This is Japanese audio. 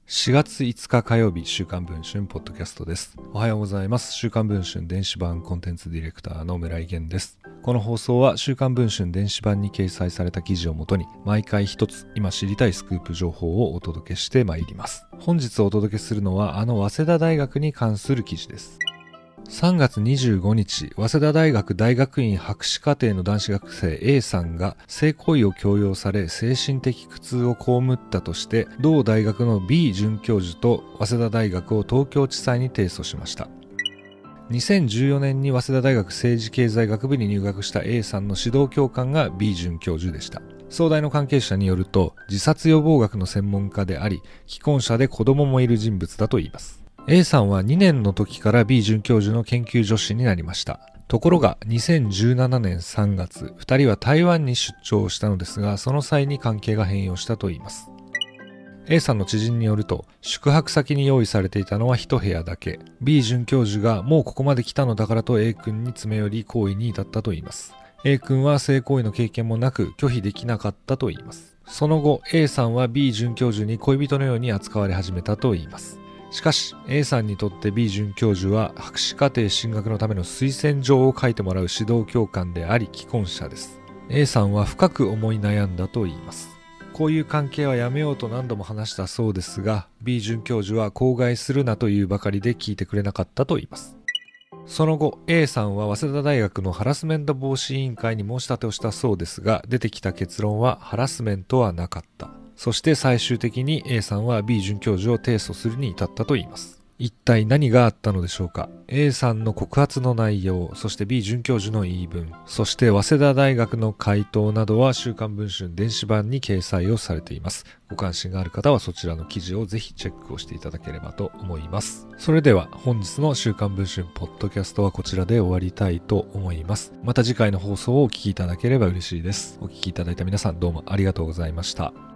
4月5日火曜日、週刊文春ポッドキャストです。おはようございます。週刊文春電子版コンテンツディレクターの村井源です。この放送は週刊文春電子版に掲載された記事をもとに、毎回一つ今知りたいスクープ情報をお届けしてまいります。本日お届けするのは早稲田大学に関する記事です。3月25日、早稲田大学大学院博士課程の男子学生 A さんが性行為を強要され精神的苦痛を被ったとして同大学の B 准教授と早稲田大学を東京地裁に提訴しました。2014年に早稲田大学政治経済学部に入学した A さんの指導教官が B 准教授でした。総大の関係者によると自殺予防学の専門家であり既婚者で子供もいる人物だといいます。A さんは2年の時から B 准教授の研究助手になりました。ところが2017年3月、2人は台湾に出張したのですが、その際に関係が変容したといいます。A さんの知人によると、宿泊先に用意されていたのは1部屋だけ。B 准教授がもうここまで来たのだからと A 君に詰め寄り行為に至ったといいます。A 君は性行為の経験もなく拒否できなかったといいます。その後、A さんは B 准教授に恋人のように扱われ始めたといいます。しかし A さんにとって B 准教授は博士課程進学のための推薦状を書いてもらう指導教官であり既婚者です。 A さんは深く思い悩んだといいます。こういう関係はやめようと何度も話したそうですが B 准教授は口外するなというばかりで聞いてくれなかったといいます。その後 A さんは早稲田大学のハラスメント防止委員会に申し立てをしたそうですが出てきた結論はハラスメントはなかった。そして最終的に A さんは B 准教授を提訴するに至ったといいます。一体何があったのでしょうか。 A さんの告発の内容、そして B 准教授の言い分、そして早稲田大学の回答などは週刊文春電子版に掲載をされています。ご関心がある方はそちらの記事をぜひチェックをしていただければと思います。それでは本日の週刊文春ポッドキャストはこちらで終わりたいと思います。また次回の放送をお聞きいただければ嬉しいです。お聞きいただいた皆さんどうもありがとうございました。